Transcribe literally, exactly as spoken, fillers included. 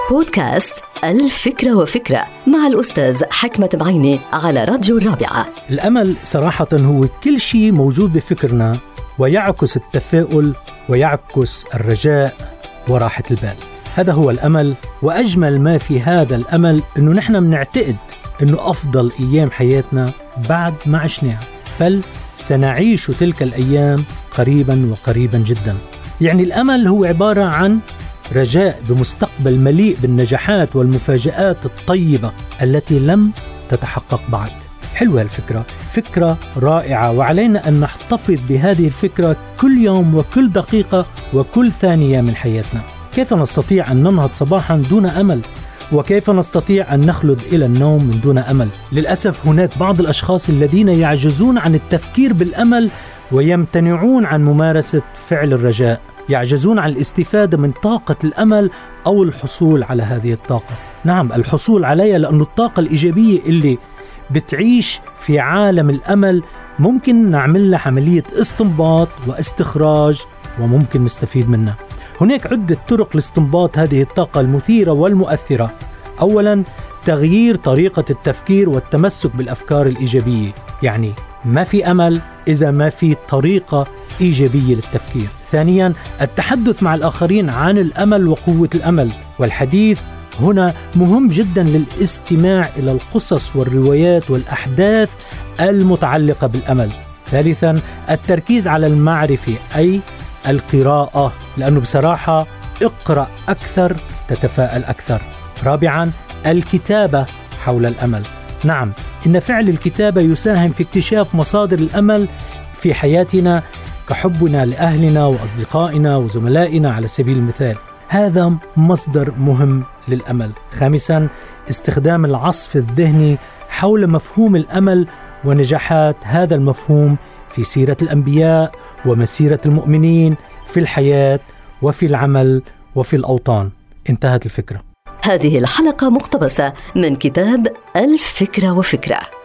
بودكاست الفكرة وفكرة مع الأستاذ حكمة بعيني على راديو الرابعة. الأمل صراحة هو كل شيء موجود بفكرنا، ويعكس التفاؤل ويعكس الرجاء وراحة البال. هذا هو الأمل، وأجمل ما في هذا الأمل أنه نحن بنعتقد أنه أفضل أيام حياتنا بعد ما عشناها، بل سنعيش تلك الأيام قريبا وقريبا جدا. يعني الأمل هو عبارة عن رجاء بمستقبل مليء بالنجاحات والمفاجآت الطيبة التي لم تتحقق بعد. حلوة الفكرة، فكرة رائعة، وعلينا أن نحتفظ بهذه الفكرة كل يوم وكل دقيقة وكل ثانية من حياتنا. كيف نستطيع أن ننهض صباحا دون أمل؟ وكيف نستطيع أن نخلد إلى النوم من دون أمل؟ للأسف هناك بعض الأشخاص الذين يعجزون عن التفكير بالأمل ويمتنعون عن ممارسة فعل الرجاء، يعجزون عن الاستفادة من طاقة الأمل أو الحصول على هذه الطاقة. نعم، الحصول عليها، لأن الطاقة الإيجابية اللي بتعيش في عالم الأمل ممكن نعمل لها عملية استنباط واستخراج وممكن نستفيد منها. هناك عدة طرق لاستنباط هذه الطاقة المثيرة والمؤثرة. أولا، تغيير طريقة التفكير والتمسك بالأفكار الإيجابية. يعني ما في أمل إذا ما في طريقة إيجابية للتفكير. ثانيا، التحدث مع الآخرين عن الأمل وقوة الأمل، والحديث هنا مهم جدا للاستماع إلى القصص والروايات والأحداث المتعلقة بالأمل. ثالثا، التركيز على المعرفة، أي القراءة، لأنه بصراحة اقرأ أكثر تتفائل أكثر. رابعا، الكتابة حول الأمل. نعم، إن فعل الكتابة يساهم في اكتشاف مصادر الأمل في حياتنا، كحبنا لأهلنا وأصدقائنا وزملائنا على سبيل المثال. هذا مصدر مهم للأمل. خامسا، استخدام العصف الذهني حول مفهوم الأمل ونجاحات هذا المفهوم في سيرة الأنبياء ومسيرة المؤمنين في الحياة وفي العمل وفي الأوطان. انتهت الفكرة. هذه الحلقة مقتبسة من كتاب الفكرة وفكرة.